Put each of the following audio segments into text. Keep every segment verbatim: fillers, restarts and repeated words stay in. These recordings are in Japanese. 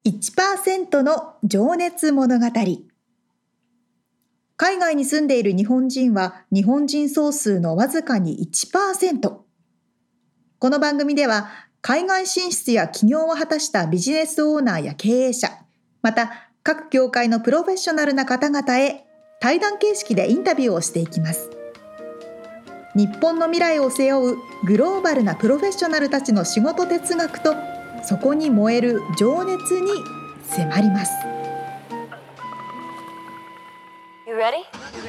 いちパーセント の情熱物語。海外に住んでいる日本人は日本人総数のわずかに いちパーセント。この番組では海外進出や起業を果たしたビジネスオーナーや経営者、また各業界のプロフェッショナルな方々へ対談形式でインタビューをしていきます。日本の未来を背負うグローバルなプロフェッショナルたちの仕事哲学とそこに燃える情熱に迫ります。 You ready?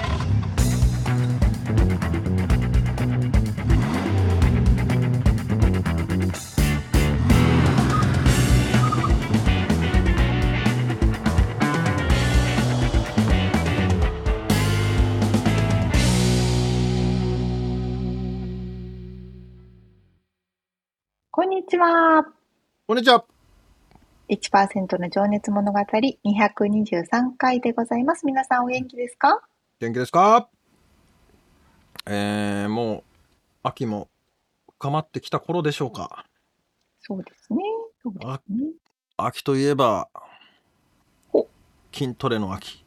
こんにちは。 こんにちは。 いちパーセント の情熱物語にひゃくにじゅうさんかいでございます。皆さんお元気ですか？ 元気ですか？えー、もう秋も深まってきた頃でしょうか。 そうですね。そうですね。 秋といえばお筋トレの秋。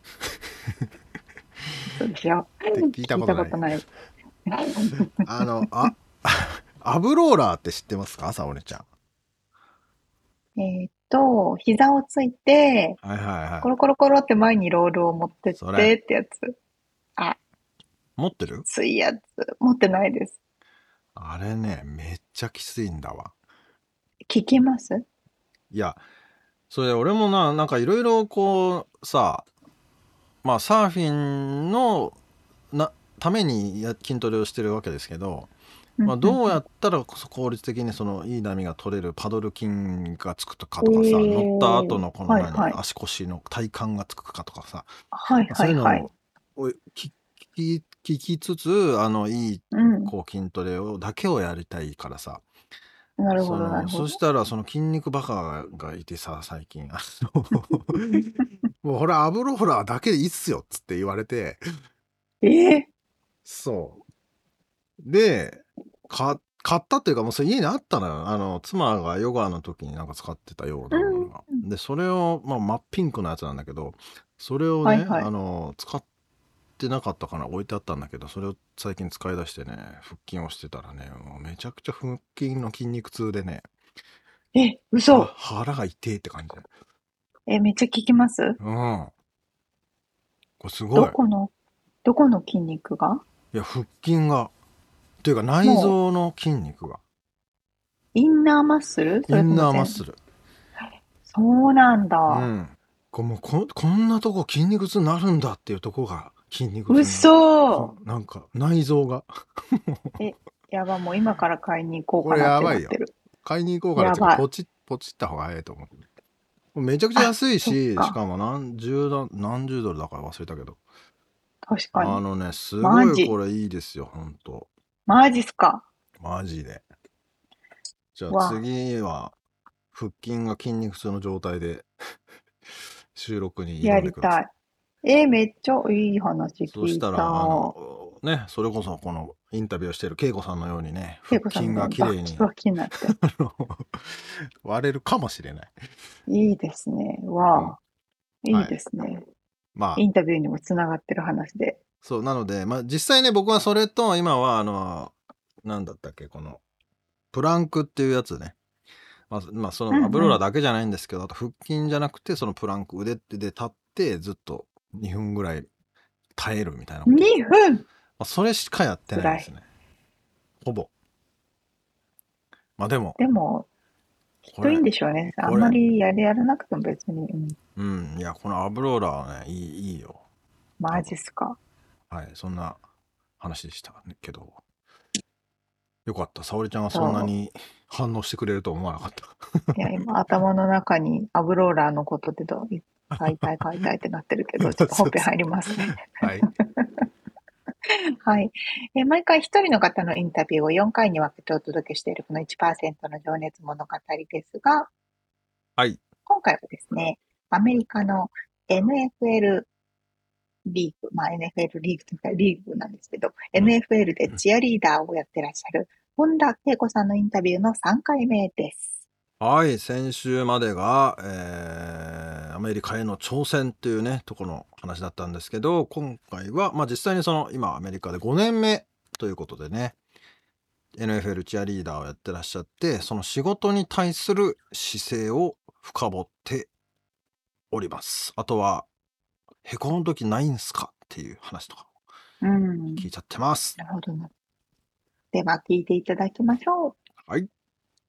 そうですよ。 聞いたことない。 聞いたことない。 あの、あ、アブローラーって知ってますか、さおねちゃん。 えーっと、膝をついて、 はいはいはい。 コロコロコロって前にロールを持ってってそれってやつ。あ、 持ってる？ ついやつ。持ってないです。 あれね、めっちゃきついんだわ。 聞きます？ いや、それ俺もな、なんかいろいろこうさ、まあサーフィンのなためにや筋トレをしてるわけですけど、まあ、どうやったら効率的にそのいい波が取れるパドル筋がつくかとかさ、 おー乗った後のこの何、 はいはい足腰の体幹がつくかとかさ、 はいまあそういうのはいはい。 を聞き聞きつつ、あのいいうん。 こう筋トレをだけをやりたいからさ、 なるそほどなるほど。 のそしたらその筋肉バカがいてさ、最近あのもうほらアブローラーだけでいいっすよっつって言われて、 えー、 そうでか買ったっていうか、もうそれ家にあったのよ。あの妻がヨガの時になんか使ってたようなものが、 うんでそれを、まあ、真っピンクのやつなんだけど、それをね、 はいはいあの使ってなかったかな、置いてあったんだけど、それを最近使い出してね、腹筋をしてたらね、もうめちゃくちゃ腹筋の筋肉痛でね、 え、嘘。 は腹が痛いって感じで、 え、めっちゃ聞きます？ うん、これすごい。 どこの、どこの筋肉が？ いや腹筋がっていうか内臓の筋肉が、 インナーマッスル？そインれとも全ナーマッスル。 そうなんだ。 うんこもう こ, こんなとこ筋肉痛になるんだっていうとこが筋肉痛に嘘。 なんか内臓がえ、やば、もう今から買いに行こうこかなってれやばいよ。 なってる。 買いに行こうからっていうやばいかポチッポチった方が早いと思って。めちゃくちゃ安いし、 あそっかしかも何十だ何十ドルだから忘れたけど、 確かに。 あのねすマジごいこれいいですよ、ほんとマジっすか。 マジで。じゃあわ次は腹筋が筋肉痛の状態で収録にや挑んでください。 りたい。えーめっちゃいい話聞いた。 そしたらあのね、それこそこのインタビューをしてる恵子さんのようにね、 恵腹筋子さんのが綺麗にバッキバキになって。 あの割れるかもしれない。 いいですね。わあ、 うんいいですね。 まあインタビューにもつながってる話で。 そうなので、まあ実際ね、僕はそれと今はあのなんだったっけ、このプランクっていうやつね。まあ、まあ、そうんうんのアブローラーだけじゃないんですけど、あと腹筋じゃなくてそのプランク、腕で立ってずっとにふんぐらい耐えるみたいなこと。 にふんまあ、それしかやってないですね。ほぼ。まあでも。 でも、きっといいんでしょうね。あんまりやりやらなくても別に。 うん、うん、いや、このアブローラーはね、いい、いいよ。 マジっすか。 はい、そんな話でしたけど。よかった。沙織ちゃんがそんなに反応してくれると思わなかった。 いや、今頭の中にアブローラーのことでどう買いたい買いたいってなってるけど、ちょっと本編入りますね。 はい。 はい。えー毎回一人の方のインタビューをよんかいに分けてお届けしているこの いちパーセント の情熱物語ですが、 はい。 今回はですね、アメリカの エヌエフエル リーグ、まあ エヌエフエル リーグというかリーグなんですけど、 うん、 エヌエフエル でチアリーダーをやってらっしゃる本田恵子さんのインタビューのさんかいめです。 はい、先週までが、えーアメリカへの挑戦っていうね、とこの話だったんですけど、今回は、まあ実際にその、今アメリカでごねんめということでね、エヌエフエル チアリーダーをやってらっしゃって、その仕事に対する姿勢を深掘っております。あとは、へこむ時ないんすかっていう話とかうん。 聞いちゃってます。 なるほどな。では、聞いていただきましょう。 はい。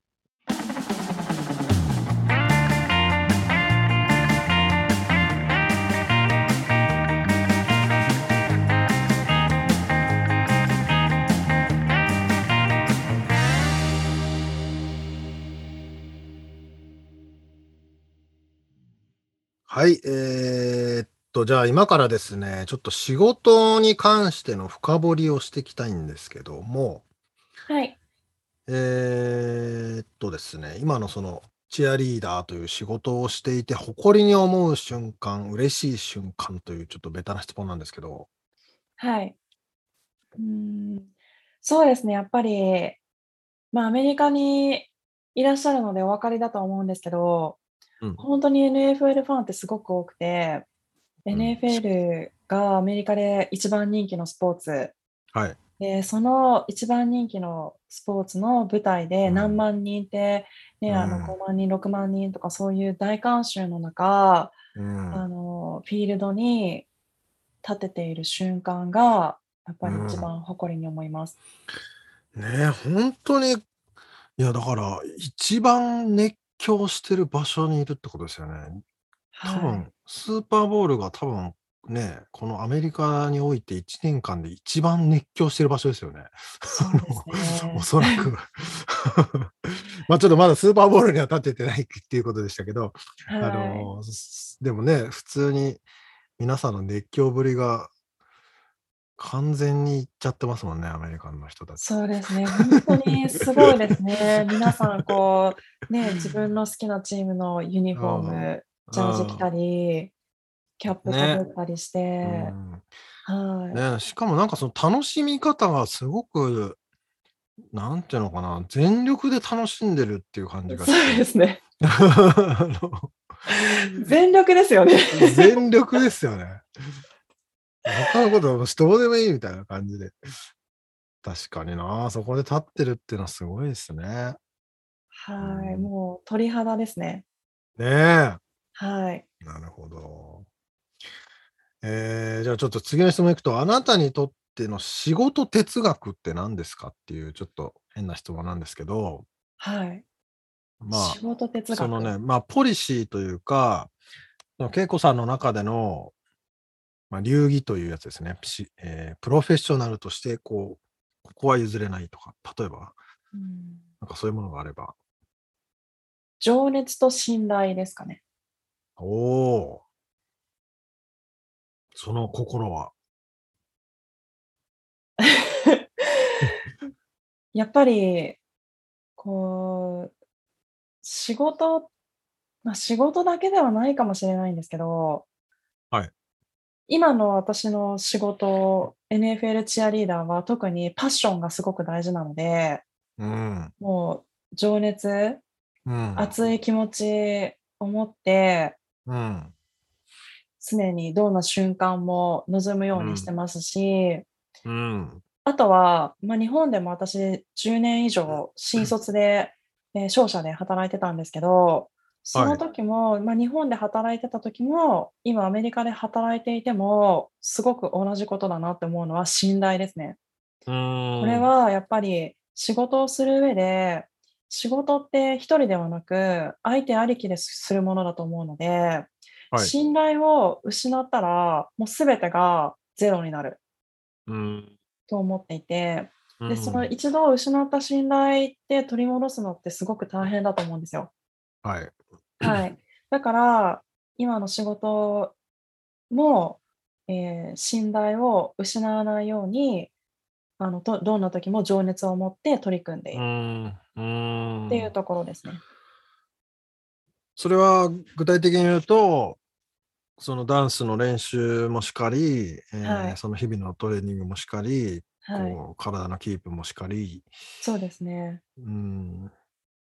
はい、えーっと、じゃあ今からですね、ちょっと仕事に関しての深掘りをしていきたいんですけども、 はい。 えーっとですね、今のそのチアリーダーという仕事をしていて誇りに思う瞬間、嬉しい瞬間というちょっとベタな質問なんですけど、 はい。うーん。そうですね、やっぱり、まあ、アメリカにいらっしゃるのでお分かりだとは思うんですけど、 うん、 ほんとに エヌエフエル ファンってすごく多くて、 うん、しエヌエフエル がアメリカで一番人気のスポーツはい。 で、その一番人気のスポーツの舞台でうん、 何万人って、ね、あのうん、 ごまん人、ろくまん人とかそういう大観衆の中、 うん、 あのフィールドに立てている瞬間が、やっぱり一うん。 番誇りに思います。 ねえ、ほんとに、いやだから一番熱狂してる場所にいるってことですよね。多はい。 分、スーパーボウルが多分、ね、このアメリカにおいていちねんかんで一番熱狂してる場所ですよね。 そうですあの、おね。 そらく。ま、ちょっとまだスーパーボウルには立ててないっていうことでしたけど、あはい。 の、すでもね、普通に皆さんの熱狂ぶりが完全にいっちゃってますもんね、アメリカンの人たち。 そうですね、ほんとにすごいですね。皆さんこう、ね、自分の好きなチームのユニフォーあム、ジャージ着あ、 たあり、キャッあ、 プかぶね。 ったりしうて、 ん。 はい。 ね、しかもなんかその楽しみ方がすごくなんていうのかな、全力で楽しんでるっていう感じがそして。 うですね。 あの、 全力ですよね。 全力ですよね。他のことはもうどうでもいいみたいな感じで。確かにな、そこで立ってるっていうのはすごいですね。うはい、 ん。 もう鳥肌ですね。 ねえ。 はい。 なるほど。えーじゃあちょっと次の質問いくと、あなたにとっての仕事哲学って何ですかっていうちょっと変な質問なんですけど、 はい。 まあ、 仕事哲学。 そのね、まあ、ポリシーというか、その恵子さんの中でのまあ、流儀というやつですね。しえープロフェッショナルとして、こう、ここは譲れないとか、例えば、 うん。 なんかそういうものがあれば。 情熱と信頼ですかね。 おお、その心は。 やっぱり、こう、仕事ま、仕事だけではないかもしれないんですけど、 はい。 今の私の仕事、エヌエフエル チアリーダーは特にパッションがすごく大事なので、 うん、 もう情熱、 うん、 熱い気持ちを持ってうん、 常にどんな瞬間も望むようにしてうん、 ますし、 うん、 あとは、ま、日本でも私じゅうねん以上新卒で、え、商社で働いてたんですけど、そのはい。 時も、ま、日本で働いてた時も、今アメリカで働いていても、すごく同じことだなって思うのは信頼ですね。 うこれーん、 はやっぱり仕事をする上で、仕事って一人ではなく、相手ありきですするものだと思うので、 はい。 信頼を失ったら、もう全てがゼロになるうん、 と思っていて、で、そのうん、 一度失った信頼って取り戻すのってすごく大変だと思うんですよ。 はい。 はい。だから、今の仕事も、ええ、信頼を失わないように、あの、どどんな時も情熱を持って取り組んでうーいるん、うーん。 っていうところですね。 それは具体的に言うと、そのダンスの練習もしかり、えーはい、 その日々のトレーニングもしかり、 はい。 こう体のキープもしかり、 そうですね。 うん、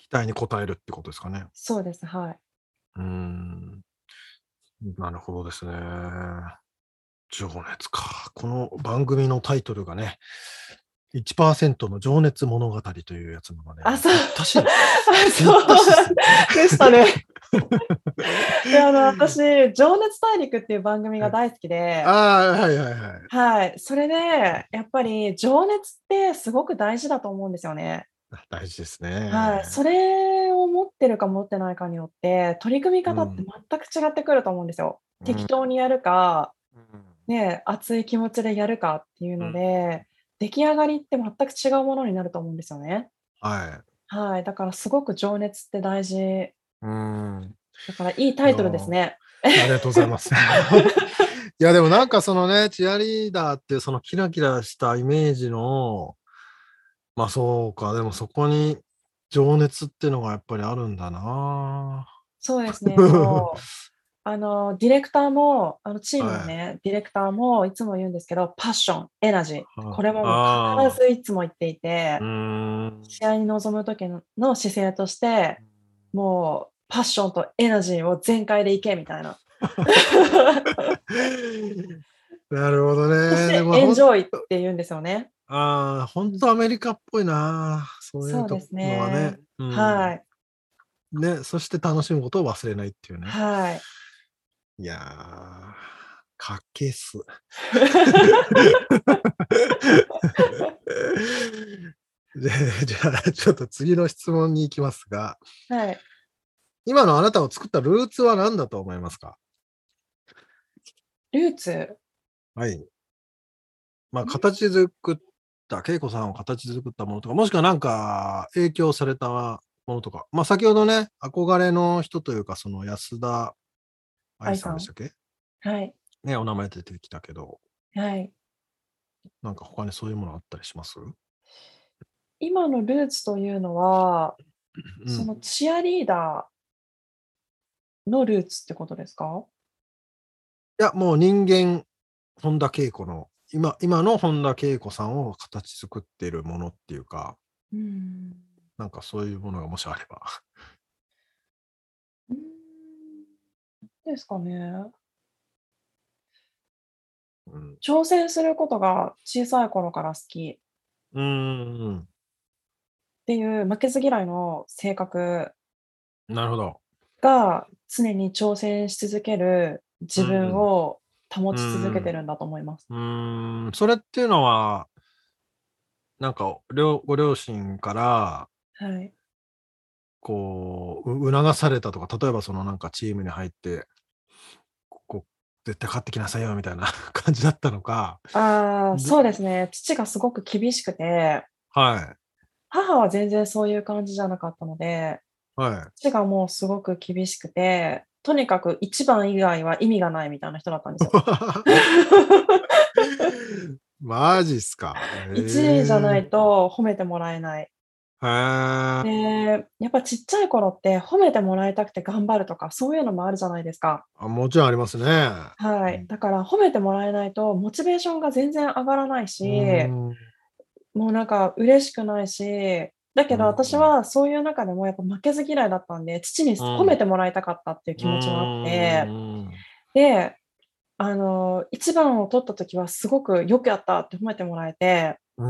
期待に応えるってことですかね。 そうです。はい。 うーん。なるほどですね。情熱か。この番組のタイトルがね、いちパーセントの情熱物語というやつなので、 あ、そう。 ぴったし、 あ、 ぴそうったしっすね。 でしたね。で、あの、私、情熱大陸っていう番組が大好きで、 ああ、はいはいはい。 はい。それで、やっぱり情熱ってすごく大事だと思うんですよね。 大事ですはい。 ね。 それを持ってるか持ってないかによって、取り組みう方ってん。 全く違ってくると思うんですよ。 うん。 適当にやるか、 うん。 ね、熱い気持ちでやるかっていうのうん。 で、出来上がりって全く違うものになると思うんですよね。 はい。 はい。だからすごく情熱って大事。 うーん。 だからいいタいやイトルですー、 ね。 ありがとうございます。いや、でもなんかそのね、チアリーダーっていうそのキラキラしたイメージの、まあそうか、でもそこに情熱っていうのがやっぱりあるんだな。 そうですね、もう、あの、ディレクターも、あの、チームのはい。 ね、ディレクターもいつも言うんですけど、パッション、エナジー、こはれももうああ。 必ずいつも言っていて、 うーん。 試合に臨む時のの姿勢として、もうパッションとエナジーを全開でいけみたいな。 なるほどね。でそしてもほんエンジョイって言うんですよね。 ああ、ほんとアメリカっぽいな、そういうとそうですのはね。 ね。 うん。 はい。 ね、そして楽しむことを忘れないっていうね。 はい。 いやー、かっけえっす。で、じゃあ、ちょっと次の質問に行きますが、 はい。 今のあなたを作ったルーツは何だと思いますか？ ルーツ、 はい。まあ、 ん、 形作った恵子さんを形作ったものとか、もしくはなんか影響されたものとか、まあ、先ほどね、憧れの人というか、その安田愛愛さん。 さんでしたっけ？ はい。 ね、お名前出てきたけど、 はい。 なんか他にそういうものあったりします？ 今のルーツというのは、 うん。 そのチアリーダーのルーツってことですか？ いや、もう人間、本田圭子の、今今の本田圭子さんを形作っているものっていうか、 うーん。 なんかそういうものがもしあれば。 うーん。ですかね。 うん。 挑戦することが小さい頃から好きっうーん、 ていう負けず嫌いの性格なるほど。 が、常に挑戦し続ける自分うん、 を保うち続けてん、 るんだと思います。 うーん。それっていうのは、なんか、りょうご両親から、 はい。 こう、う促されたとか、例えばそのなんかチームに入って、ここ絶対勝ってきなさいよみたいな感じだったのか、 ああ、 どそうですね。父がすごく厳しくて、 はい、 母は全然そういう感じじゃなかったので、 はい。 父がもうすごく厳しくて、とにかくいちばん以外は意味がないみたいな人だったんですよ。 マジっすか。 いちいじゃなへいと褒めてもらえない。 え。へえ。 で、やっぱちっちゃい頃って褒めてもらいたくて頑張るとか、そういうのもあるじゃないですか。 あ、もちろんありますね。 はい。 うん。 だから褒めてもらえないとモチベーションが全然上がらないうーし、 ん。 もうなんか嬉しくないし、だうけど私ん。 はそういう中でもやっぱ負けず嫌いだったんで、父にうん。 褒めてもらいたかったっていうう気持ちはあっーて、 ん。 で、あの、いちばんを取った時はすごくよくやったって褒めてもらえて、 うん。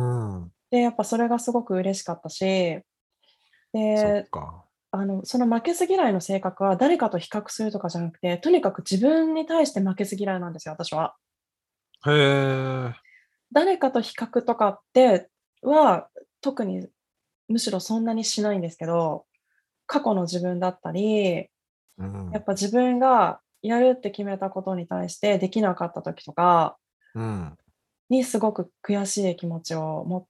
で、やっぱそれがすごく嬉しかったし、 そっで、 か。 あの、その負けず嫌いの性格は誰かと比較するとかじゃなくて、とにかく自分に対して負けず嫌いなんですよ、私は。 へえ。 誰かと比較とかっては、特にむしろそんなにしないんですけど、過去の自分だったり、 うん。 やっぱ自分がやるって決めたことに対してできなかった時とかうん。 にすごく悔しい気持ちを持って、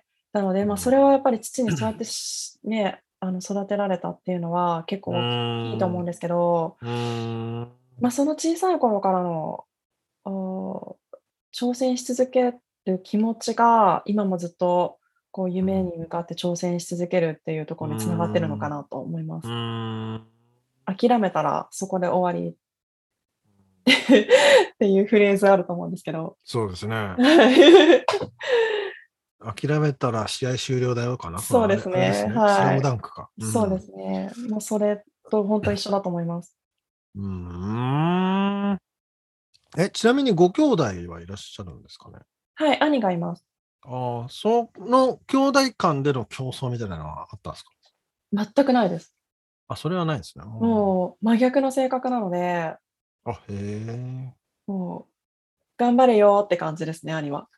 なので、ま、そうん。 れはやっぱり父にそうやってしね、あの、育てられたっていうのは結う構大きいとーん。 思うんですけど、 うーん。 ま、その小さい頃からの、ああ、挑戦し続ける気持ちが、今もずっとこううん。 夢に向かって挑戦し続けるっていうとうーころに繋がってるのかん。 なと思いまうす。 ーん。 諦めたらそこで終わりっていうフレーズあると思うんですけど。 そうですね。 はい。 諦めたら試合終了だよかな。そそうのあれ、 ですね。 あれですね。スラムはい。 ダンクか。うそうでん。 すね。もうそれと本当一緒だと思います。 うーん。え、ちなみにご兄弟はいらっしゃるんですかね。 はい、兄がいます。 ああ、その兄弟間での競争みたいなのはあったんですか？ 全くないです。 あ、それはないですね。うん。 もう真逆の性格なので、 あ、へえ。 もう頑張れよって感じですね、兄は。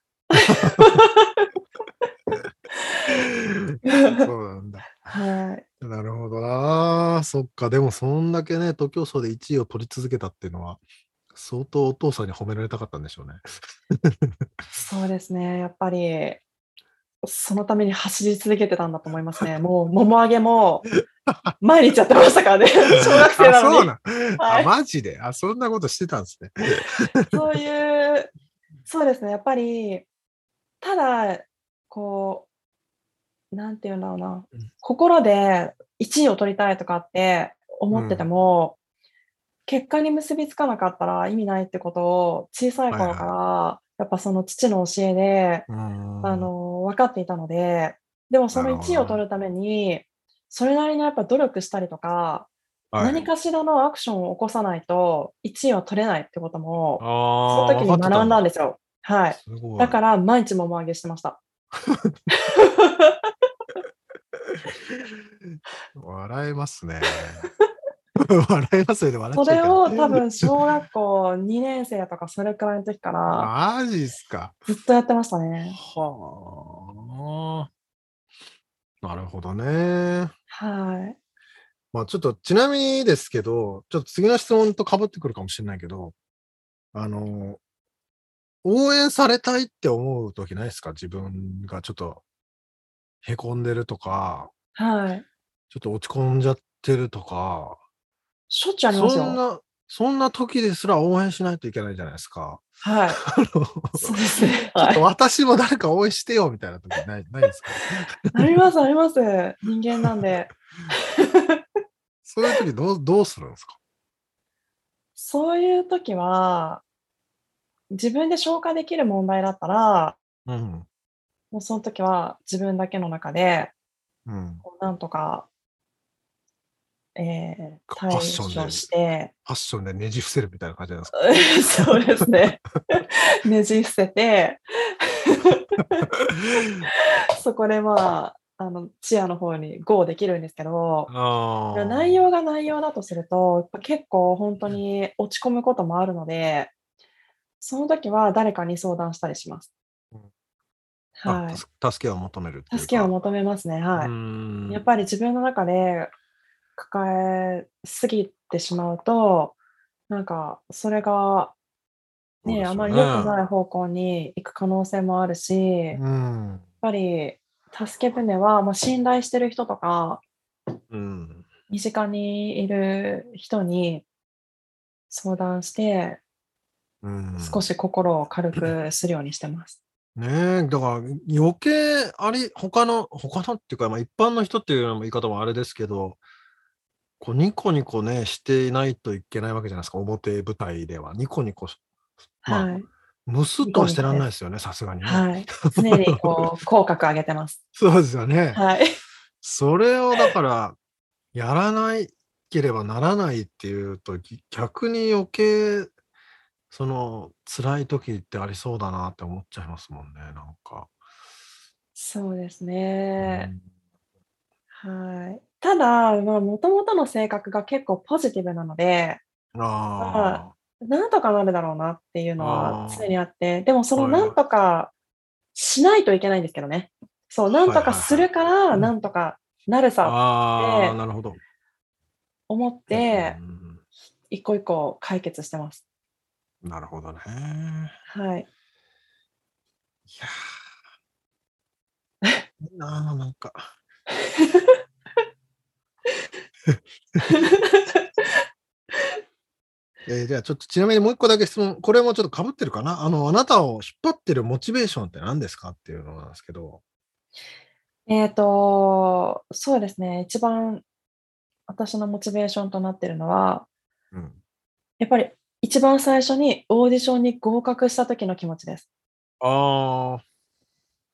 そうなんだ。 はい。 なるほどな。そっか、でもそんだけね、徒競走でいちいを取り続けたっていうのは、相当お父さんに褒められたかったんでしょうね。 そうですね、やっぱり、そのために走り続けてたんだと思いますね。もう、もも上げも毎日やってましたからね、小学生あ、 なのに。 そうなんあ、 はい。 マジであ、そんなことしてたんですね。 そういう、そうですね、やっぱり、ただ、こう、なんていうんだろうな、 うん。 心でいちいを取りたいとかって思っててうん。 も、結果に結びつかなかったら意味ないってことを小さい頃かはいはい。 ら、やっぱその父の教えで、 うーん。 あの、分かっていたので、でもそのなるほいちいを取ど。 るために、それなりのやっぱ努力したりとか、 はい。 何かしらのアクションを起こさないといちいは取れないってことも、そのああ、分か時に学んだんってたんだ。 ですよ。はい。 すごい。 だから毎日もも上げしてました。 笑えますね。笑えますよね、笑っそれちゃいけない。 を多分小学校にねん生とかそれくらいの時からマジっすか。 ずっとやってましたね。 はあ。なるほどね。 はい。 まあちょっとちなみにですけど、ちょっと次の質問と被ってくるかもしれないけど、あの、応援されたいって思う時ないですか？自分がちょっとへこんでるとか、 はい。 ちょっと落ち込んじゃってるとか、 しょっちゅうありますよ。 そんなそんな時ですら応援しないといけないじゃないですか。 はい。 あの、 そうですね。 ちょっとはい。 私も誰か応援してよみたいな時ないないですか？ ありますあります。人間なんで。 そういう時どうどうするんですか？ そういう時は、自分で消化できる問題だったら、 うん、 もうその時は自分だけの中で、 うん。 こうなんとか、ええ、 かパッ対処ションでしてパッションでねじ伏せるみたいな感じなんですか？ そうですね。ねじ伏せて、そこでまあ、あの、チアの方にゴーできるんですけど、な内あ容が内容だとすると、やっぱ結構ほんとに落ち込むこともあるので、その時は誰かに相談したりします。 あ、うん。あ、 はい。 たす助けを求めるっていう助けをか。 求めますね、 うーはい。やっん、 ぱり自分の中で抱えすぎてしまうと、なんかそれがね、 そうですよあまり良くね。 ない方向に行く可能性もあるし、やっうん、 ぱり助け舟は、ま、信頼してる人とか、 うん、 身近にいる人に相談して、 うん。 少し心を軽くするようにしてます。 ねえ、だから余計あり他の他のっていうか、ま、一般の人っていうような言い方もあれですけど、こうニコニコね、していないといけないわけじゃないですか、表舞台では。ニコニコしまあ、 はい。 ムスッニとはしてコニコです。 らんないですよね、さすがにね。 はい。常にこう、口角上げてます。 そうですよね。 はい。 それをだから、やらないければならないっていうと、ぎ逆に余計、その、辛い時ってありそうだなって思っちゃいますもんね、なんか。 そうですうね。 ん。 はい。ただ、まあ、もともとの性格が結構ポジティブなので、まあ、 あなんとかなるだろうなっていうあ、 のは常にああって、でもそあ、 のなんはいはい。 とかしないといけないんですけどね。そう、なんはいとかはいはい。 するからうん。 なんとかなるさっああ、 てなるほど。 思っうん、うんうんて、 うん。 一個一個解決してます。 なるほどね。 はい。 いや、いいな、なんか。えーじゃあちょっとちなみにもう一個だけ質問、これもちょっと被ってるかな。あの、あなたを引っ張ってるモチベーションって何ですかっていうのなんですけど。 えっと、そうですね、一番私のモチベーションとなっているのは、 うん。 やっぱり一番最初にオーディションに合格した時の気持ちです。 ああ、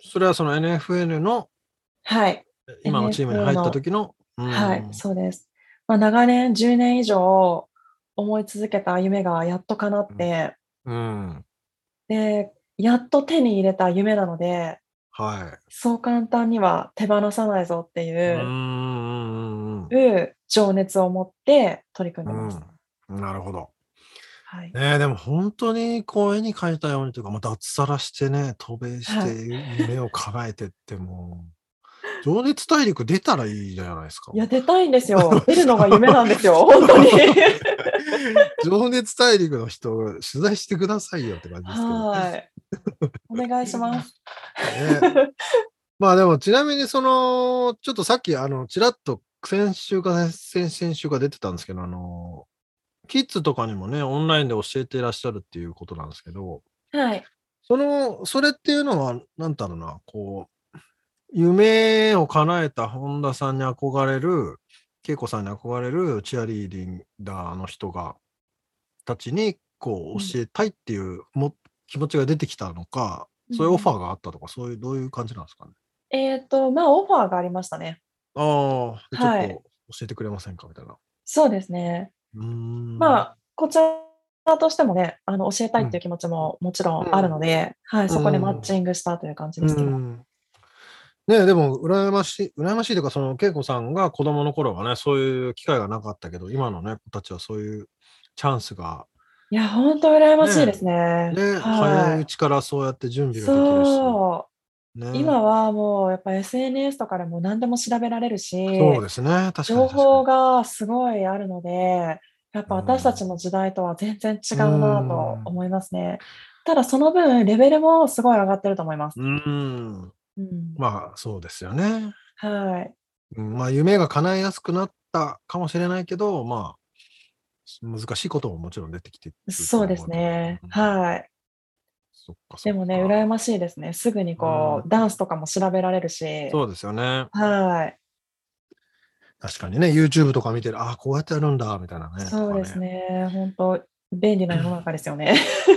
それはその エヌエフエル のはい。 今のチームにエヌエフエル入ったの、 時の、うはい、 ん、 そうです。まあ、長年、じゅうねん以上思い続けた夢がやっと叶っうん、 て、 うん、 で、やっと手に入れた夢なので、 はい。 そう簡単には手放さないぞってういう、 ん、うん、 う情熱を持って取り組んでます。 うん、うん、なるほど。 はい。 ねえ、でも本当にこう絵に描いたようにというか、まあ、脱サラしてね、渡米しはい。 て夢を叶えてってもう、情熱大陸出たらいいじゃないですか。 いや、出たいんですよ。出るのがそう夢なんですよ、ほんとに。 情熱大陸の人、取材してくださいよって感じですけど。 はい。お願いします。 ね。まあでもちなみにその、ちょっとさっきあの、ちらっと先週か先々週か出てたんですけど、あの、キッズとかにもね、オンラインで教えていらっしゃるっていうことなんですけど、 はい。 その、それっていうのは、なんだろうな、こう、夢を叶えた本田さんに憧れる、恵子さんに憧れるチアリーディンダーの人が、たちに、こうん。 う教えたいっていうも気持ちが出てきたのか、 うんそういうオファうん。 ーがあったとか、そういうどういう感じなんですかね？ えっと、まあ、オファーがありましたね。 ああ、で、ちょっはい。 と教えてくれませんかみたいな。 そうですね。 うーん。 まあ、こちらとしてもね、あの、教えたいっていううん。 気持ちももちろんあるうん。 ので、はい、 うそこでマッチん。 ングしたという感じうですけど。 ん。ねえ、でも羨ましい羨ましいというか、その恵子さんが子供の頃はね、そういう機会がなかったけど、今のね、子たちはそういうチャンスがいや、ほんと羨ましいでねすね。 え、ね、早いうはい。 ちからそうやって準備ができるし、 そう。 ね。 今はもうやっぱ エスエヌエス とかでも何でも調べられるし、 そうですね、確かに情確かに。 報がすごいあるので、やっうぱ私たちん。 の時代とは全然違ううなとん。 思いますね。ただその分、レベルもすごい上がってると思います。 うーん。 うん。 まあ、そうですよね。 はい。 うん、まあ、夢が叶えやすくなったかもしれないけど、まあ、難しいことももちろん出てきてるとそうですは思うけど。 ね。 うん、 はい。 そっかそっでもね、羨か。 ましいですね。すぐにうん、 こう、ダンスとかも調べられるし、 そうですよね。 はい。 確かにね、YouTube とか見てる、ああ、こうやってやるんだみたいなね、とそうですかね。 ね、ほんと、便利な世の中ですよね。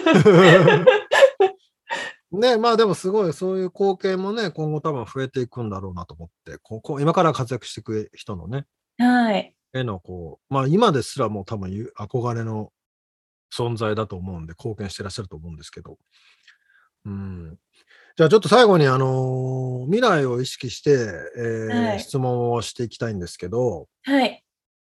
ね、まあ、でもすごいそういう光景もね、今後多分増えていくんだろうなと思って、ここ今から活躍していく人のね、 はい。 へのこう、まあ、今ですらもう多分ゆ憧れの存在だと思うんで、貢献してらっしゃると思うんですけど。うん。じゃあちょっと最後にあの、未来を意識して、えーはい。 質問をしていきたいんですけど、 はい。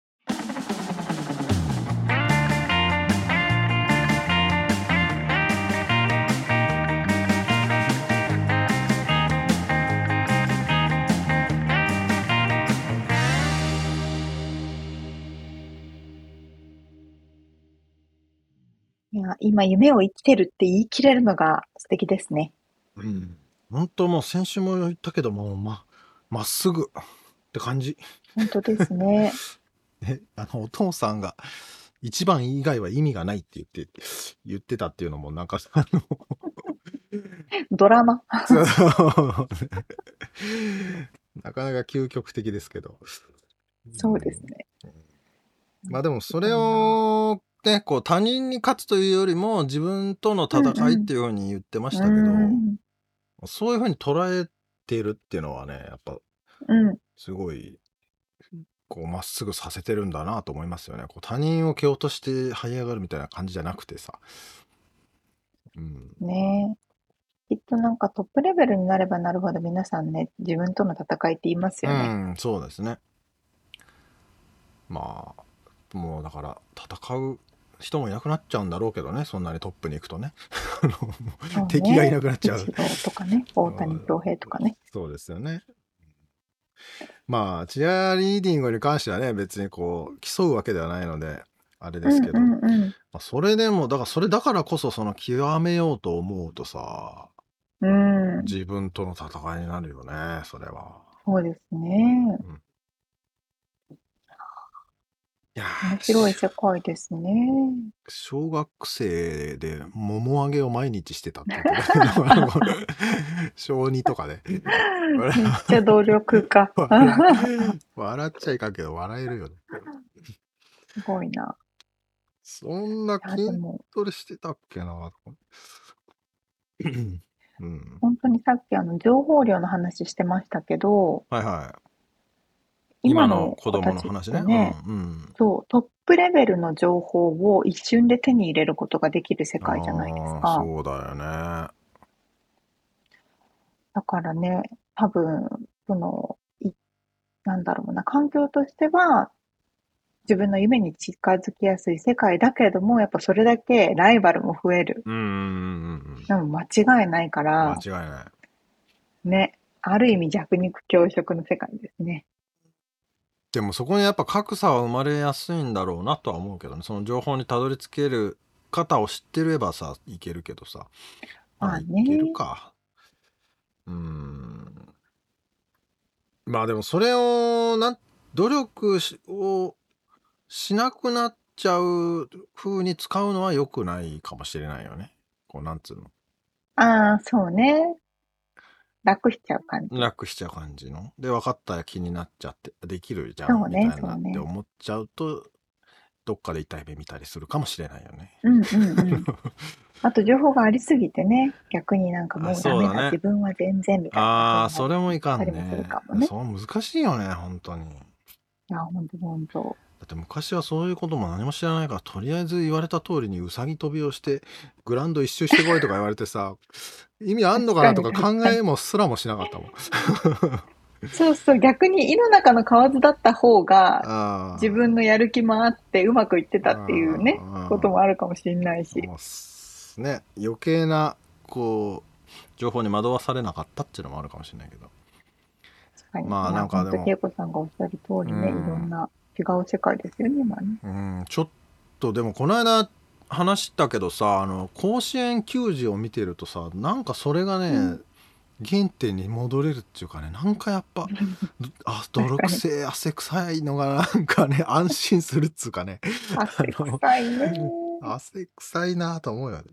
いや、今夢を生きてるって言い切れるのが素敵ですね。 うん。本当もう先週も言ったけども、ままっすぐって感じ。 本当ですね。 ね、あの、お父さんが一番以外は意味がないって言って言ってたっていうのもなんか、あのドラマ。 そう。なかなか究極的ですけど。うそうですん。 ね。 まあでもそれすごいな。 をね、こう他人に勝つというよりも自分とのうん戦いっていう風に言ってましうん。 たけど、 うん。 そういう風に捉えているっていうのはね、やっぱうん。 すごいこうまっすぐさせてるんだなと思いますよね。こう他人を蹴落として這い上がるみたいな感じじゃなくてさ。うん。 ねえ。きっとなんかトップレベルになればなるほど皆さんね、自分との戦いって言いますうよね。 ん、そうですね。まあ、もうだから戦う人もいなくなっちゃうんだろうけどね、そんなにトップに行くとね。あのそう敵がいね。 なくなっちゃう。 イチローとかね、大谷翔平とかね。 そうですよね。まあ、チアリーディングに関してはね、別にこう、競うわけではないので、あれですけど、 うんうんうん。 まあ、それでも、だからそれだからこそ、その極めようと思うとさ、 うん。 自分との戦いになるよね、それは。 そうですね。 うん、いや面ー、 白い世界ですね。 小学生で桃揚げを毎日してたって言ってたけど、あの小にとかで。 めっちゃ努力家。 笑笑っちゃいかんけど、笑えるよね。 すごいな。 そんないや、で筋も、 トレしてたっけな。 うん。 本当にさっきあの情報量の話してましたけど、 はいはい。今今のの子供子たちっの話ね。 てね、 うんうん。 そう、トップレベルの情報を一瞬で手に入れることができる世界じゃないですああ、 か。 そうだよね。 だからね、多分、その、い、なんだろうな、環境としては、自分の夢に近づきやすい世界だけれども、やっぱそれだけライバルも増える。 うんうんうんうんでも間違いないかうん。間ら、 違いない。 ね、ある意味弱肉強食の世界ですね。 でもそこにやっぱ格差は生まれやすいんだろうなとは思うけどね。その情報にたどり着ける方を知ってればさ、いけるけどさ。まあ、 まあいけるね、 か。うーん。まあでもそれをな、努力しをしなくなっちゃう風に使うのは良くないかもしれないよね。こう、なんつうの。 ああ、そうね、楽しちゃう感じ。 楽しちゃう感じの。で、分かったら気になっちゃって、できるじゃん、 そうね、 みたいなってそうね。 思っちゃうと、どっかで痛い目見たりするかもしれないよね。 うんうんうん。あと情報がありすぎてね、逆になんかあ、 もうダメだ、 そうだね。 自分は全然みたいな風ああ、 になっそれもいかたりもするんね。 かもね。 そう難しいよね、本当に。 いや、ほんとほんと。 だって昔はそういうことも何も知らないから、とりあえず言われた通りにうさぎ跳びをして、グラウンド一周してこいとか言われてさ、意味あんの確かにかなとか確かに。 考えもすらもしなかったもん。 そうそう、逆に井の中の蛙だった方が、自あ分のやる気もあってうまくいってあ、 たっていうね、こともあるかもしれないし。 もうすね、余計な、こう、情報に惑わされなかったっていうのもあるかもしれないけど。 確かに。 まあないや、ほんと、 んかでも、 恵子さんがおっしゃる通うりね、いろんん、 な違う世界ですよね、今ね。 うん、ちょっとでもこの間話したけどさ、あの、甲子園球児を見てるとさ、なんかそれがうん。 ね、原点に戻れるっていうかね、なんかやっぱ、あ、泥確かに。 臭い汗臭いのがなんかね、安心するっつうかね、あ汗の、 臭いね。 汗臭いなと思うよね。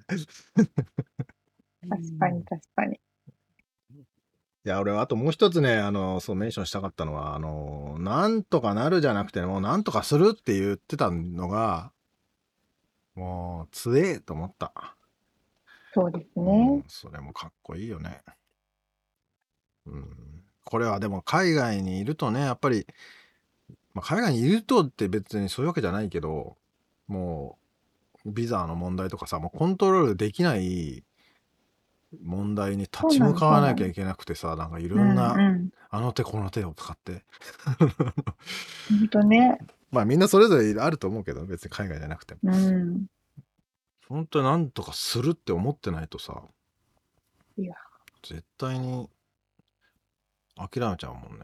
確かに、確かに。 いや、俺はあともう一つね、あの、そうメンションしたかったのは、あの、なんとかなるじゃなくて、もうなんとかするって言ってたのが、もう、強えと思った。 そうですうね。 ん、それもかっこいいよね。うん。これはでも海外にいるとね、やっぱり、まあ、海外にいるとって別にそういうわけじゃないけど、もう、ビザの問題とかさ、もうコントロールできない問題に立ち向そうなの、 かわなきゃいそうなの。 けなくてさ、なんかいうんろんな、 うん。 あの手この手を使って。 ほんとね。 まあみんなそれぞれあると思うけど、別に海外じゃなくても。 うん。 本当になんとかするって思ってないとさ、 いや、 絶対に諦めちゃうもんね。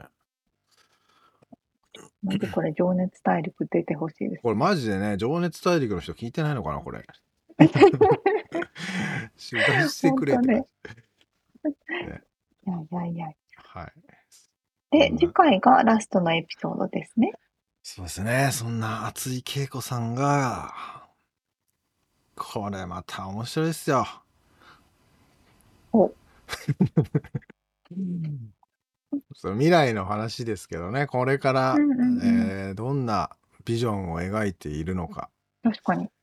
マジこれ情熱大陸出てほしいですこれね。 マジでね、情熱大陸の人聞いてないのかな、これ。取材してくれって感ほんとね。 じ。ね、 いやいやいや。 はい。 で、 そんな、 次回がラストのエピソードですね。 そうですね。そんな熱い恵子さんが、これまた面白いですよ。 お、 その未来の話ですけどね、これかうら、 んうんうん。 えーどんなビジョンを描いているのか。 確かに。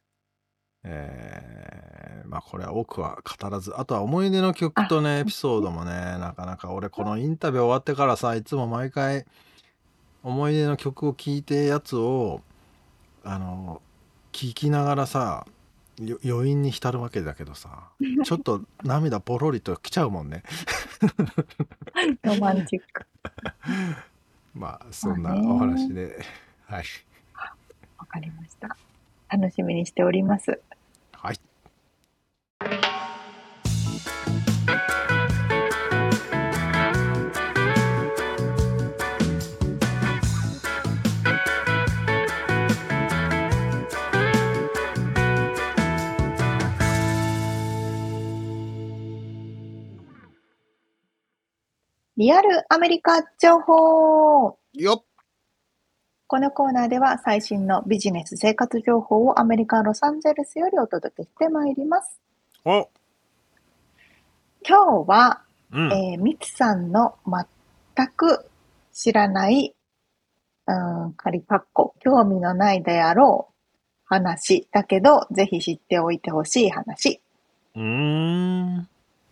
えーまあこれは多くは語らず、あとは思い出の曲あ、 とね、エそうピソードもね、なかなか俺このインタビュー終わってからさ、いつも毎回思い出の曲を聴いてやつを、あの、聴きながらさ、よ余韻に浸るわけだけどさ、ちょっと涙ポロリと来ちゃうもんね。 ロマンチック。 まあそまあんなお話ね。 で、はい。 わかりました。楽しみにしております。 はい。 リアルアメリカ情報。 よっ。 このコーナーでは最新のビジネス生活情報をアメリカ・ロサンゼルスよりお届けしてまいります。 お、 今日は、 うん。 えー、ミツさんの全く知らない、うん、仮パッコ、興味のないであろう話だけど、ぜひ知っておいてほしい話。 うーん。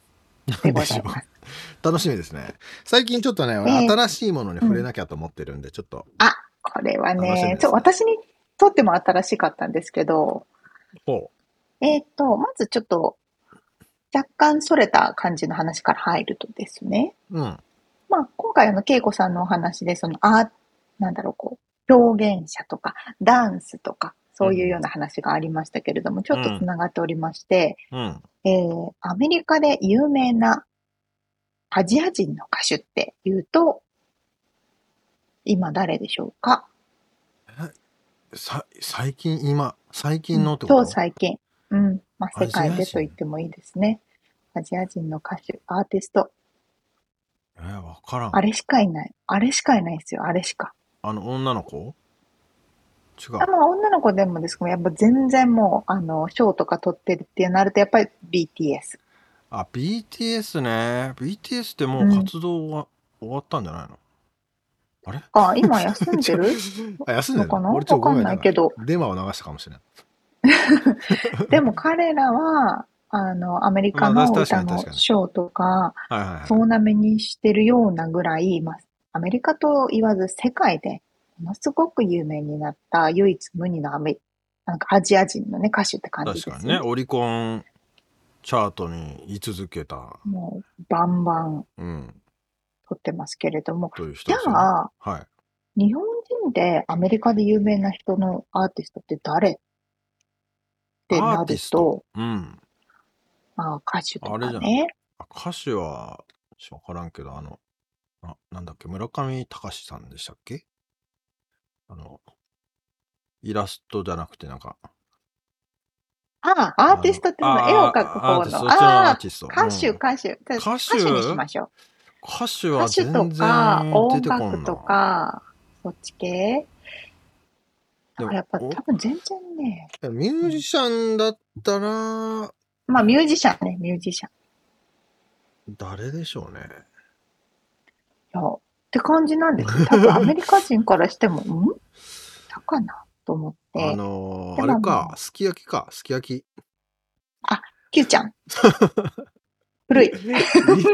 でごでしょう。 ざいます。 楽しみですね。最近ちょっとね、俺えー新しいものにうん。 触れなきゃと思ってるんで、ちょっとあ、これは楽しみね、ちょ、 ですね。 私にとっても新しかったんですけど、 ほえっと、まずちょっと若干それた感じの話から入るとですね、 う。うん。 まあ、今回あの、恵子さんのお話で、その、あ、なんだろう、こう、表現者とか、ダンスとか、 う。 そういうようんな話がありましたけれども、ちょうっとつん。 ながっておりまして、 うん。 えー、アメリカで有名なアジア人の歌手っていうと、今誰でしょうか？ え、さ、最近、今、最う近ん、そう、 のってこと？ 最近。うん、まあ、世アジア界でと言っ人？ てもいいですね。アジア人の歌手、アーティスト。 えー、わからん。 あれしかいない。あれしかいないですよ、あれしか。 あの、女の子？違あ、 う。 まあ、女の子でもですけど、やっぱ全然もう、あの、賞とか取ってるってなると、やっぱり ビーティーエス。 あ、ビーティーエス ね。ビーティーエス ってもうん。 う活動は終わったんじゃないの？あれあ、今休んちょでるあ、休んでのかなるの？俺ちょっとごわかんめん、なんか、 ないけど。 デマを流したかもしれない。 でも彼らは、あの、アメリカまあ、たしの歌確かに確かに。 の賞とか、 はいはいはい。 総なめにしてるようなぐらい、まあ、アメリカと言わず世界で、ものすごく有名になった唯一無二のアメ、なんかアジア人のね、歌手って感じ確かにね、 ですよね。 オリコンチャートに居続けた、 もう、バンバンうん、 撮ってますけれども。 という人じゃですよね。 あ、 はい。 日本人でアメリカで有名な人のアーティストって誰ってアーなティスト。 ると、 うん。 まあ歌手とあれじゃない。 かね。 あ、歌手は、わからんけど、あの、あ、なんだっけ、村上隆さんでしたっけ？あの、イラストじゃなくて、なんか、 ああ、アーティあの、 ストってあその絵をあ、 描くあアーティスト、 方の、 そっちのアああ、 ーティスト。う歌手、 ん。 歌手。 歌歌手にし手ましょう。 歌手は歌手と全か然出音てこん楽とな。 か、そっち系でも、 やっぱお多分全然ね。 ミュージシャンだったら、 まあミュージシャンね、ミュージシャン。 誰でしょうね。 いや、って感じなんですよ。多分アメリカ人からしても、んだかなと思っあて。 のー、 であれか、 も、 すき焼きか、すき焼き。 あ、Q ちゃん。古い。 いや、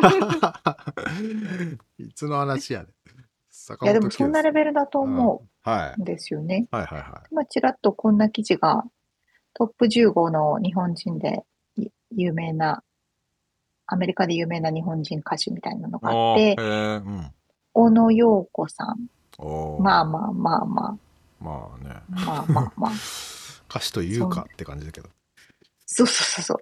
いつの話やね。坂いや、で本もそん九です。 なレベルだとうん。 思はい。 うんですよね。 はいはいはまあ、ちらっとこんな記事がトップじゅうごの日本人でい有名な、アメリカで有名な日本人歌手みたいなのい。 があっああ、へて、 え、うん。 小野洋子さん。 おー、 まあまあまあままあね。 あ、まあまあまあ。 歌手というそんかって感じだけど。 そうそうそうそう。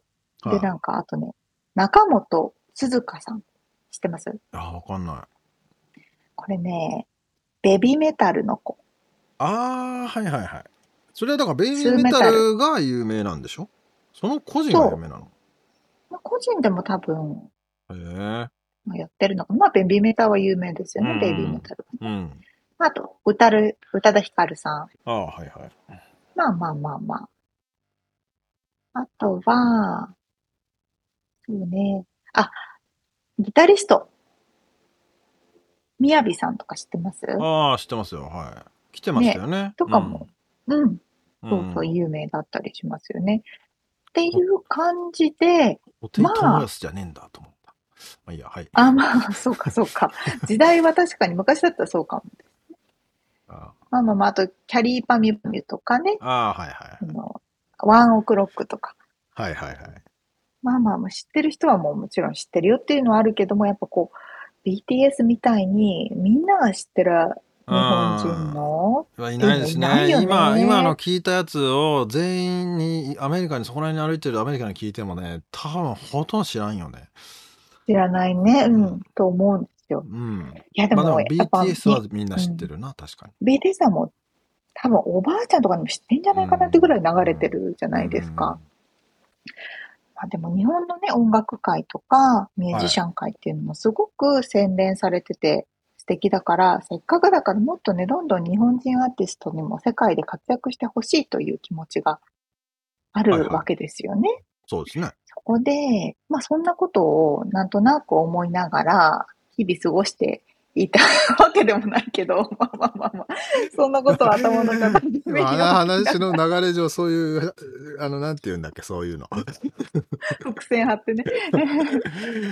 で、 はなんか、あとね、中本鈴香さん。知ってます？ い。あ、わかんない。 これね、ベビーメタルの子。 ああ、はいはいはい。それはだからベイビスーーメタメタル。 ルが有名なんでしょ？その個人が有そ名なの？ う。まあ個人でも多分、 へえ。 まあ、やってるのかな。まあ、ベビーメタルは有名ですようね、ベビーメんタルはね。 うん。うん。 あと、歌る、宇多田ヒカルさん。 ああ、はいはい。 まあまあまあまあ。あとは、そうね。あ、ギタリスト。みやびさんとか知ってます？ ああ、知ってますよ。はい。来てましたね。 よね。 とかも、うん。 うん。 そうそう、 うん。 有名だったりしますよね。っていほ、 う感じで、 布袋寅まあ、 泰じゃねえんだと思った。まあいいや、はい。 あ、まあ、そうか、そうか。時代は確かに昔だったらそうかも。 あまあまあまあ、あと、キャリーパミュパミュとかね、 あ、はいはいあの、ワンオクロックとか。 はい。はいはいはい。 まあまあまあ、知ってる人はもうもちろん知ってるよっていうのはあるけども、やっぱこう、ビーティーエス みたいにみんなが知ってる日本人のいっていうのないですね。 いないよ今、今のね。 聞いたやつを全員に、アメリカに、そこら辺に歩いてるアメリカに聞いてもね、多分ほとんど知らんよね。 知らないね、ううん。 ん、と思うんですよ。 うん。 いやでも、 まあでもやっぱビーティーエス はに、 みんなうん、 知ってるな、確かに。 ビーティーエス はもう多分おばあちゃんとかにも知ってんじゃうないかなってぐらいん。 流れてうん。 るじゃうないですか。 ん。 まあでも日本のね、音楽界とかミュージはい。 シャン界っていうのもすごく洗練されてて素敵だから、せっかくだからもっとね、どんどん日本人アーティストにも世界で活躍してほしいという気持ちがあはいはい。 るわけですよね。 そうですね。 そこで、まあそんなことをなんとなく思いながら日々過ごしていたわけでもないけど、まあまあまあまあ、そんなことを頭の片今、 隅にあ置きなの話のがら、 流れ上、そういう、あの、なんて言うんだっけ、そういうの。 伏線張ってね。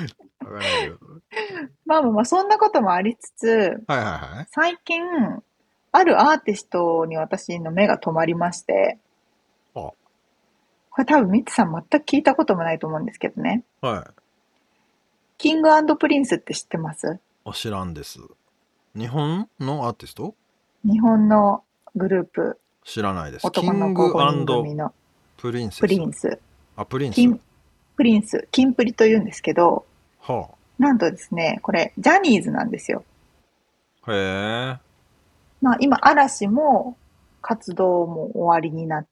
わかるよ。 まあまあまあ、そんなこともありつつ、 はいはいはい。 最近、あるアーティストに私の目が止まりまして、 あ、 これ多分ミツさん全く聞いたこともないと思うんですけどね。 はい。 キング&プリンスって知ってます？ あ、知らんです。日本のアーティスト？ 日本のグループ、 知らないです。キ男のング子ごにん組のプリンセプス。 リンス。 あ、プリンス。 キン、プリンス、キンプリと言うんですけど、 はなんとですね、これ、ジャニーズなんですよ。 あ。へえ。 まあ今、嵐も活動も終わりになって、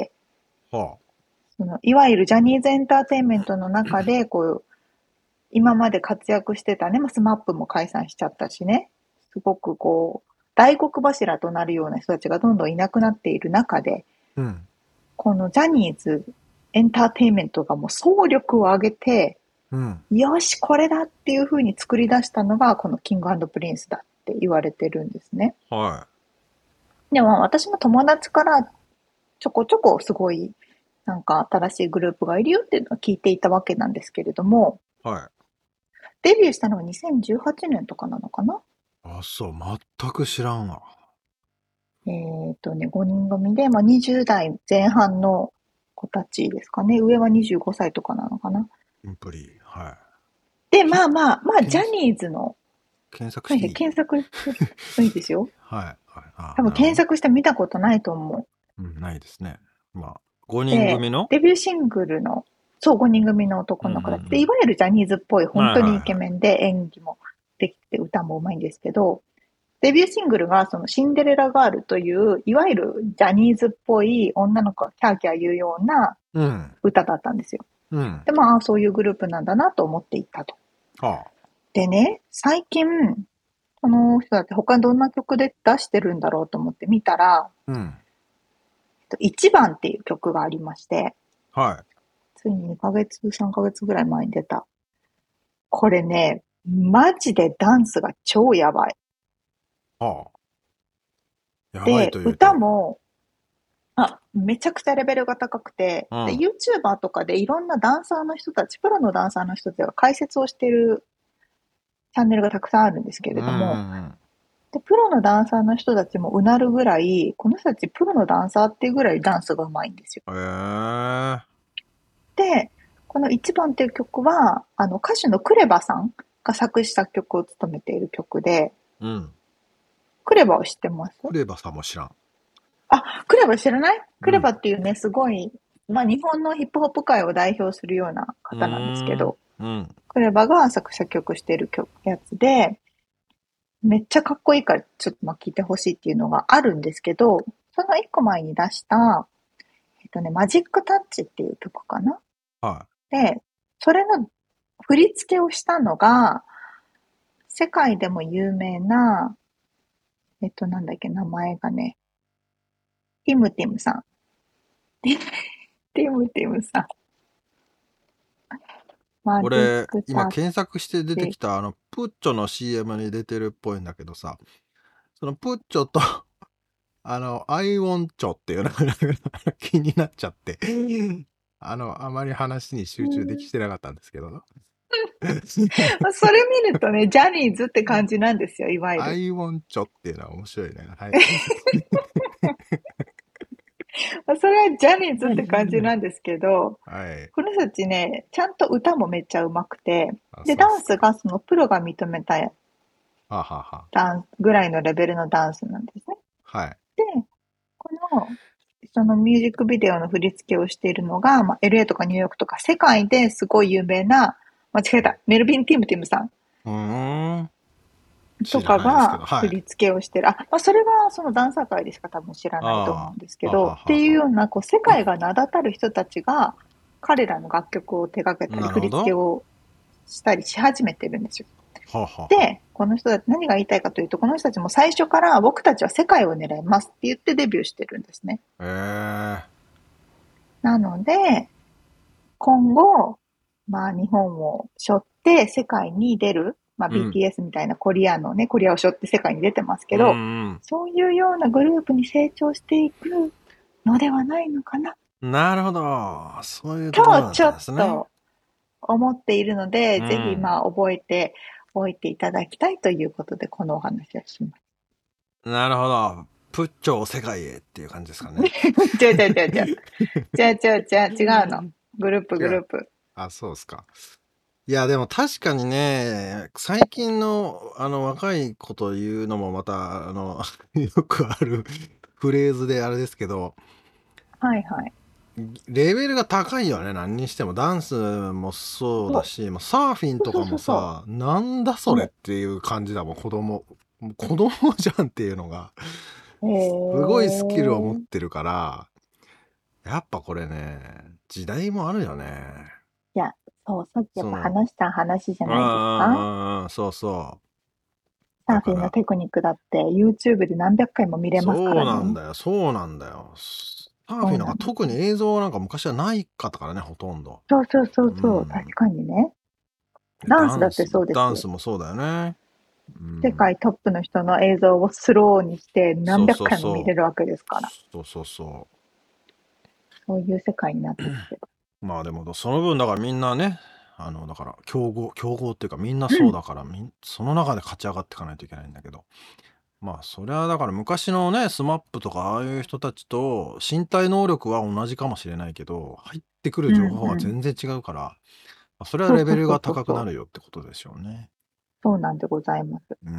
はそのいわゆるジャニーズエンターテインメントの中で、こう、今まで活躍してたね、まあ、スマップも解散しちゃったしね、すごくこう、大黒柱となるような人たちがどんどんいなくなっている中で、 あ。うん。 このジャニーズエンターテインメントがもう総力を挙げて、 うん。 よし、これだっていう風に作り出したのが、このキング&プリンスだって言われてるんですね。 はでも私も友達からちょこちょこすごい、なんか新しいグループがいるよっていうのは聞いていたわけなんですけれども、 い。はい。 デビューしたのはにせんじゅうはちねんとかなのかな。 あ、そう。全く知らんわ。 えっとね、ごにん組で、まあ、にじゅう代前半の子たちですかね。上はにじゅうごさいとかなのかな。 キンプリ。はで、 い。 まあまあ、まあ、 けジャニーズの、 検索はいはい、 していい？ 検索していいですよ。 はい。はい。あ、 多分なるほど。 検索して見たことないと思う。 うん、ないですね。まあ、ごにんで、 組の？ デビューシングルの、そう、ごにん組の男の子たちで、いわゆるジャニーズっぽい、本当にイケメンで演技もできて歌もうまいんですけど、デビューシングルがそのシンデレラガールという、いわゆるジャニーズっぽい女の子がキャーキャー言うようなうん。 歌だったんですよ。 うん。 で、まあ、そういうグループなんだなと思っていたと。 はでね、最近、この人だって他にどんな曲で出してるんだろうと思って見たら、 あ。うん。 いちばんっていう曲がありまして、 はい。 ついににかげつ、さんかげつぐらい前に出た。これね、マジでダンスが超やばい。 はあ。やばいで、 というと。 歌も、あ、めちゃくちゃレベルが高くて、で、 うん。 YouTuber とかでいろんなダンサーの人たち、プロのダンサーの人たちが解説をしているチャンネルがたくさんあるんですけうんうれども、 んで、プロのダンサーの人たちもうなるぐらい、この人たちプロのダンサーっていうぐらいダンスが上手いんですよ。 うん。へえ。 で、このいちばんっていう曲は、あの、歌手のクレバさんが作詞作曲を務めている曲で、 うん。 クレバを知ってます？ クレバさんも知らん。 あ、クレバ知らない？クレうん。 バっていうね、すごい、まあ日本のヒップホップ界を代表するようなう方なんですけーん。 ど、 うん。 クレバが作詞作曲している曲やつで、めっちゃかっこいいからちょっとまあ聞いてほしいっていうのがあるんですけど、その一個前に出した、えっとね、マジックタッチっていう曲かな。 はで、それの振り付けをしたのが、世界でも有名な、えっとなんだっけ、名前がね、ティムティムさん。ティムティムさん。 い。 マジッ俺、 クタッ今検索して出てきチ。 た、あの、プッチョの シーエム に出てるっぽいんだけどさ、そのプッチョと、あの、アイウォンチョっていうのが気になっちゃって、あの、あまり話に集中できてなかったんですけど。 それ見るとね、ジャニーズって感じなんですよ、いわゆる。 アイウォンチョっていうのは面白いね。はい。 それはジャニーズって感じなんですけど、 はい。 この人たちね、ちゃんと歌もめっちゃ上手くて、 あ、 で、ダンスそうっすか。 がそのプロが認めたはあ、はあはダンスぐらいのレベルのダンスなんですね。 あ、はい。 で、この、そのミュージックビデオの振り付けをしているのが、まあ、エルエー とかニューヨークとか世界ですごい有名な、間違えた、メルビン・ティムティムさんうーん。 とか知らないですけど、 がはい。 振り付けをしてる。あ、まあ、それはそのダンサー界でしか多分知らないと思あうんですけあ、ははど、 はっていうよは。 うな、こう、世界が名だたる人たちが、彼らの楽曲を手掛けたり、 なるほ振り付けど。 をしたりし始めてるんですよ。 はあはあはで、この人たち何が言いたいかというと、この人たちも最初から僕たちは世界を狙いますって言ってデビューしてるんですね。 あ。へえ。 なので、今後、まあ日本を背負って世界に出る、まあうん。 ビーティーエス みたいなコリアのね、コリアを背負って世界に出てますうけど、 んそういうようなグループに成長していくのではないのかなうん。なるほど。そういうところと、 だっちょったんですね。 と思っているので、 うんぜひまあ覚えておいていただきたいということで、このお話をします。 なるほど。プッチョを世界へっていう感じですかね。 違う違う違う違う。違う違う違う違うの。グループグループ。 あ、そうですか。いや、でも確かにね、最近の、あの、若い子というのもまた、あの、よくあるフレーズであれですけど、 はいはい。 レベルが高いよね、何にしても。ダンスもそうだし、まあサーフィンとかもさ、なんだそれっていう感じだもん、子供。子供じゃんっていうのが、 へえ。 すごいスキルを持ってるから、やっぱこれね、時代もあるよね。 いや、そう、さっきやっぱその話した話じゃないですか。 ああ、そうそう。 サーフィンのテクニックだって YouTube で何百回も見れますからね。 そうなんだよ、そうなんだよ。サーフィンなんか特に映像なんか昔はないかったからね、ほとんど。 そうそうそうそう、 うん確かにね。ダンスだってそうですよ。 ダンスもそうだよね。うん世界トップの人の映像をスローにして何百回も見れるわけですから。 そうそうそう。 そういう世界になってきてる。 まあでもその分だからみんなね、あのだから強豪強豪っていうかみんなそうだから、みんその中で勝ち上がっていかないといけないんだけど、まあそれはだから昔のねスマップとかああいう人たちと身体能力は同じかもしれないけど、入ってくる情報が全然違うから、まあそれはレベルが高くなるよってことでしょうね。 そうなんでございます。 うん。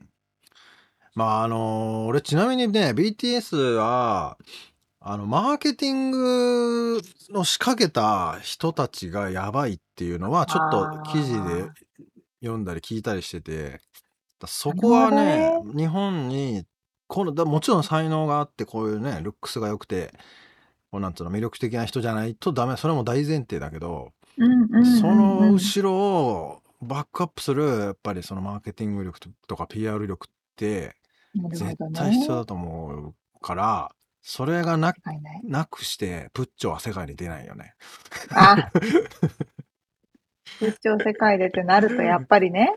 まああの俺ちなみにね ビーティーエス はあのマーケティングの仕掛けた人たちがやばいっていうのはちょっと記事で読んだり聞いたりしてて、そこはね日本にこのだもちろん才能があってこういうねルックスが良くてこうなんつうの魅力的な人じゃないとダメ、それも大前提だけど、 うんうんうんうん、 その後ろをバックアップするやっぱりそのマーケティング力とか ピーアール 力って絶対必要だと思うから、それが な, なくしてプッチョは世界に出ないよね。 あプッチョ世界でってなるとやっぱりね。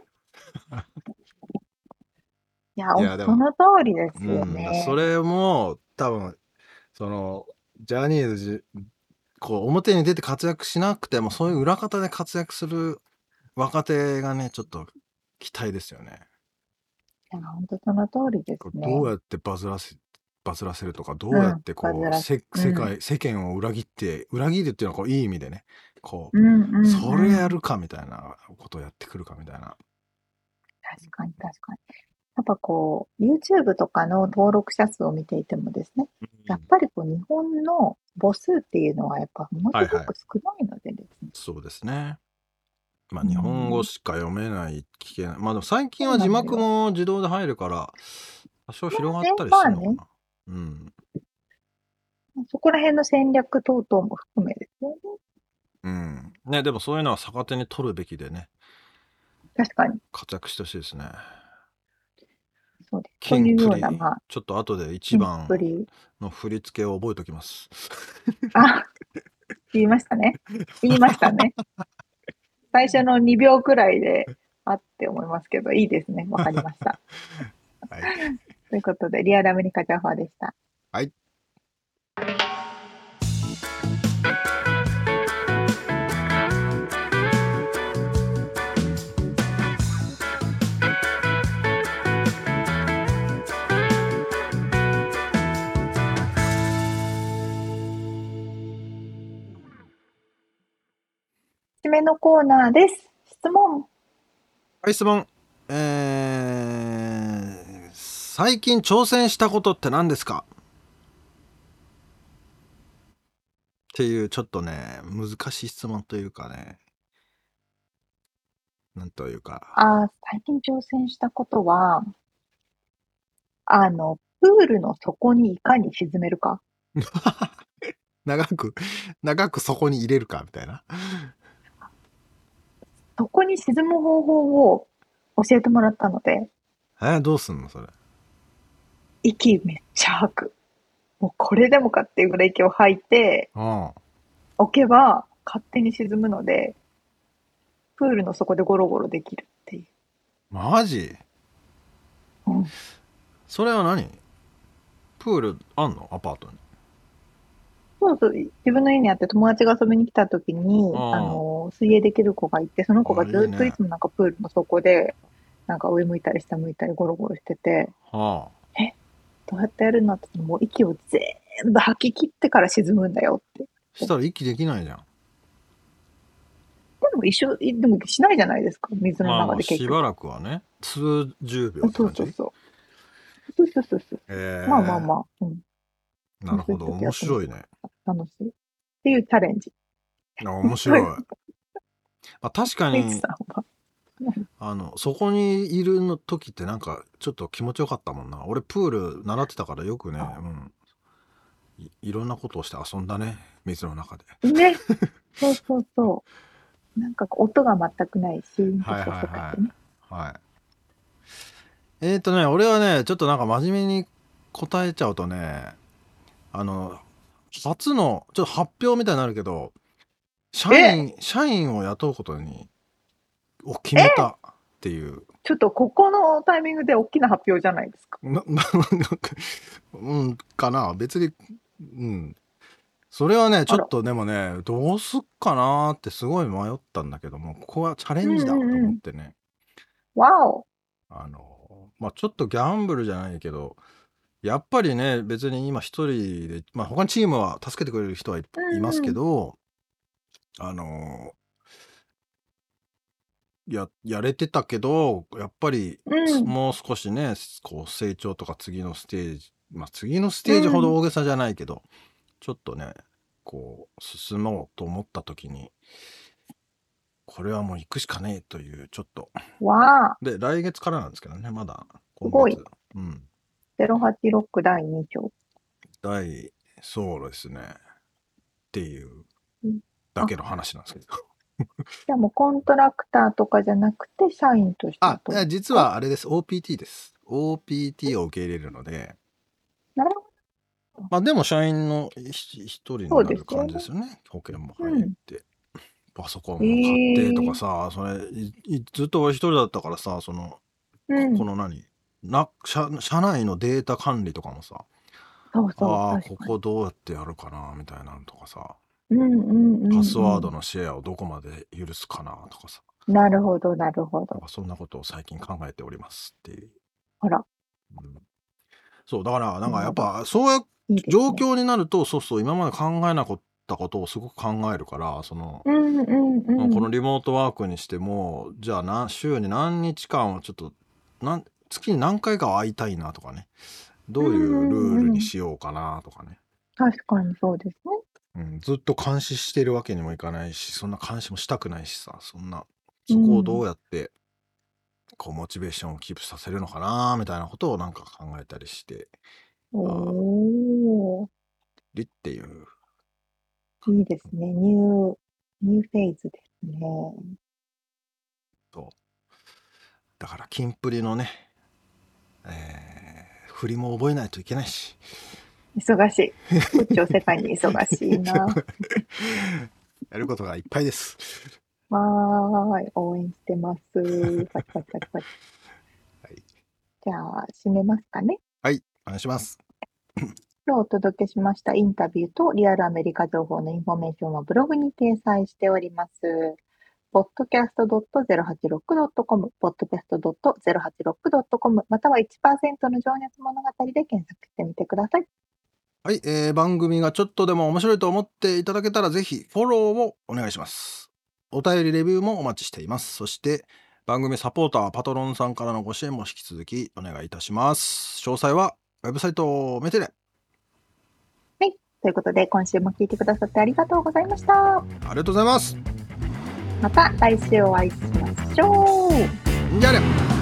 いや、いやその通りですよね。 うん、それも多分そのジャニーズこう表に出て活躍しなくてもそういう裏方で活躍する若手がねちょっと期待ですよね。 いや本当その通りですね。 どうやってバズらせバズらせるとか、どうやってこう、うん、世界、うん、世間を裏切って裏切るっていうのはこういい意味でねこう、うんうんうん、それやるかみたいなことをやってくるかみたいな。 確かに確かに。やっぱこう YouTube とかの登録者数を見ていてもですね、うん、やっぱりこう日本の母数っていうのはやっぱものすごく少ないのでですね、はいはい、 そうですね。まあ日本語しか読めない、聞けない。まあでも最近は字幕も自動で入るから多少広がったりしてるのかな。ね、うん。 そこら辺の戦略等々も含めですよね。 うん。ね、でもそういうのは逆手に取るべきでね。 確かに。 活躍してほしいですね。 そうです。 キンプリ、 というような、まあ、 ちょっと後で一番の振り付けを覚えておきます。 あ、言いましたね。言いましたね。最初のにびょうくらいであって思いますけど、いいですね。わかりました。はい、ということで、リアルアメリカ情報でした。 はい。 締めのコーナーです。質問。 はい、質問。えー、最近挑戦したことって何ですか？っていうちょっとね難しい質問というかね、なんというか。 あ、最近挑戦したことはあのプールの底にいかに沈めるか。 長く長くそこに入れるかみたいな。 そこに沈む方法を教えてもらったので。 えー、どうすんのそれ？ 息めっちゃ吐く。もうこれでもかっていうぐらい息を吐いて、うん、置けば勝手に沈むので、プールの底でゴロゴロできるっていう。 マジ？ うん。 それは何？プールあんの？アパートに。 そうそう、自分の家にあって友達が遊びに来た時に、 ああの、水泳できる子がいて、その子がずっあいいねといつもなんかプールの底で、なんか上向いたり下向いたりゴロゴロしてて、 はどうやってやるのって言ってもう息を全部吐き切ってから沈むんだよって。 あしたら息できないじゃん。 でも一緒、いでもしないじゃないですか、水のまあまあ中で結局。 しばらくはね数十秒ってそう感じ。 そうそう。そうそうそうそう。 えー、 まあまあまあ。うん。 なるほど、面白いね。 楽しい。っていうチャレンジ。 あ面白い。まあ、確かにミツさんは。 あのそこにいるの時ってなんかちょっと気持ちよかったもんな。俺プール習ってたからよくね、うんい、いろんなことをして遊んだね、水の中で。 ね。そうそうそう。なんか音が全くないシーンとはいしたはいは世界でね。 いはい。えーとね俺はねちょっとなんか真面目に答えちゃうとね、あの初のちょっと発表みたいになるけど、社員社員を雇うことにを決めたっていう。 ちょっとここのタイミングで大きな発表じゃないですか。 なななんかうんかな別にうんそれはねちょっとでもねどうすっかなーってすごい迷ったんだけども、ここはチャレンジだと思ってね、 わお。 あのまあちょっとギャンブルじゃないけどやっぱりね別に今一人で、まあ他にチームは助けてくれる人はい、いますけど、あのややれてたけどやっぱり、 うんもう少しねこう成長とか次のステージ、まあ次のステージほど大げさじゃないけど、ちょっとねこう進もうと思った時にこれはもう行くしかねえというちょっとわあ。 で来月からなんですけどね、まだ今月すごい。 うんゼロはちろくだいに章。 第そうですねっていううんだけの話なんですけど、 じゃあもうコントラクターとかじゃなくて社員としてあといや実はあれです オーピーティー です。 オーピーティー を受け入れるので、 なるほまあでも社員のひ一人になる感じですよね。保険も入って、パソコンも買ってとかさ、それいいずっと俺一人だったからさ、その、 うんこの何な社社内のデータ管理とかもさ、 そうそう。 ああ確かにここどうやってやるかなみたいなのとかさ、 うんうんうんうん。 パスワードのシェアをどこまで許すかなとかさ、 なるほど、なるほなんど。 かそんなことを最近考えておりますっていう。 あら、 うんそうだからなんかやっなぱそういういいですね。 状況になると、そうそう今まで考えなかったことをすごく考えるから、その、 うんうんうん。 このリモートワークにしてもじゃあな週に何日間はちょっとなん月に何回かは会いたいなとかね、どういうルールにしようかなとかね、 確かにそうですね。 うん、ずっと監視してるわけにもいかないし、そんな監視もしたくないしさ、そんなそこをどうやってこうモチベーションをキープさせるのかなみたいなことをなんか考えたりしておー、 るっていう。 いいですね。ニュー、ニューフェーズですね。 そうだからキンプリのね、えー、振りも覚えないといけないし、 忙しい。こっちを世界に忙しいな。 やることがいっぱいです。 わーい、応援してます。パチパチパチパチ。 はい、 じゃあ、締めますかね。 はい、お願いします。 今日お届けしましたインタビューとリアルアメリカ情報のインフォメーションはブログに掲載しております。ポッドキャストドットゼロはちろくドットコム、ポッドキャストドットゼロはちろくドットコム、または いちパーセント の情熱物語で検索してみてください。 はい、えー、番組がちょっとでも面白いと思っていただけたらぜひフォローをお願いします。お便りレビューもお待ちしています。そして番組サポーターパトロンさんからのご支援も引き続きお願いいたします。詳細はウェブサイトを見てね。 はい、ということで今週も聞いてくださってありがとうございました。 ありがとうございます。 また来週お会いしましょう。 じゃあね。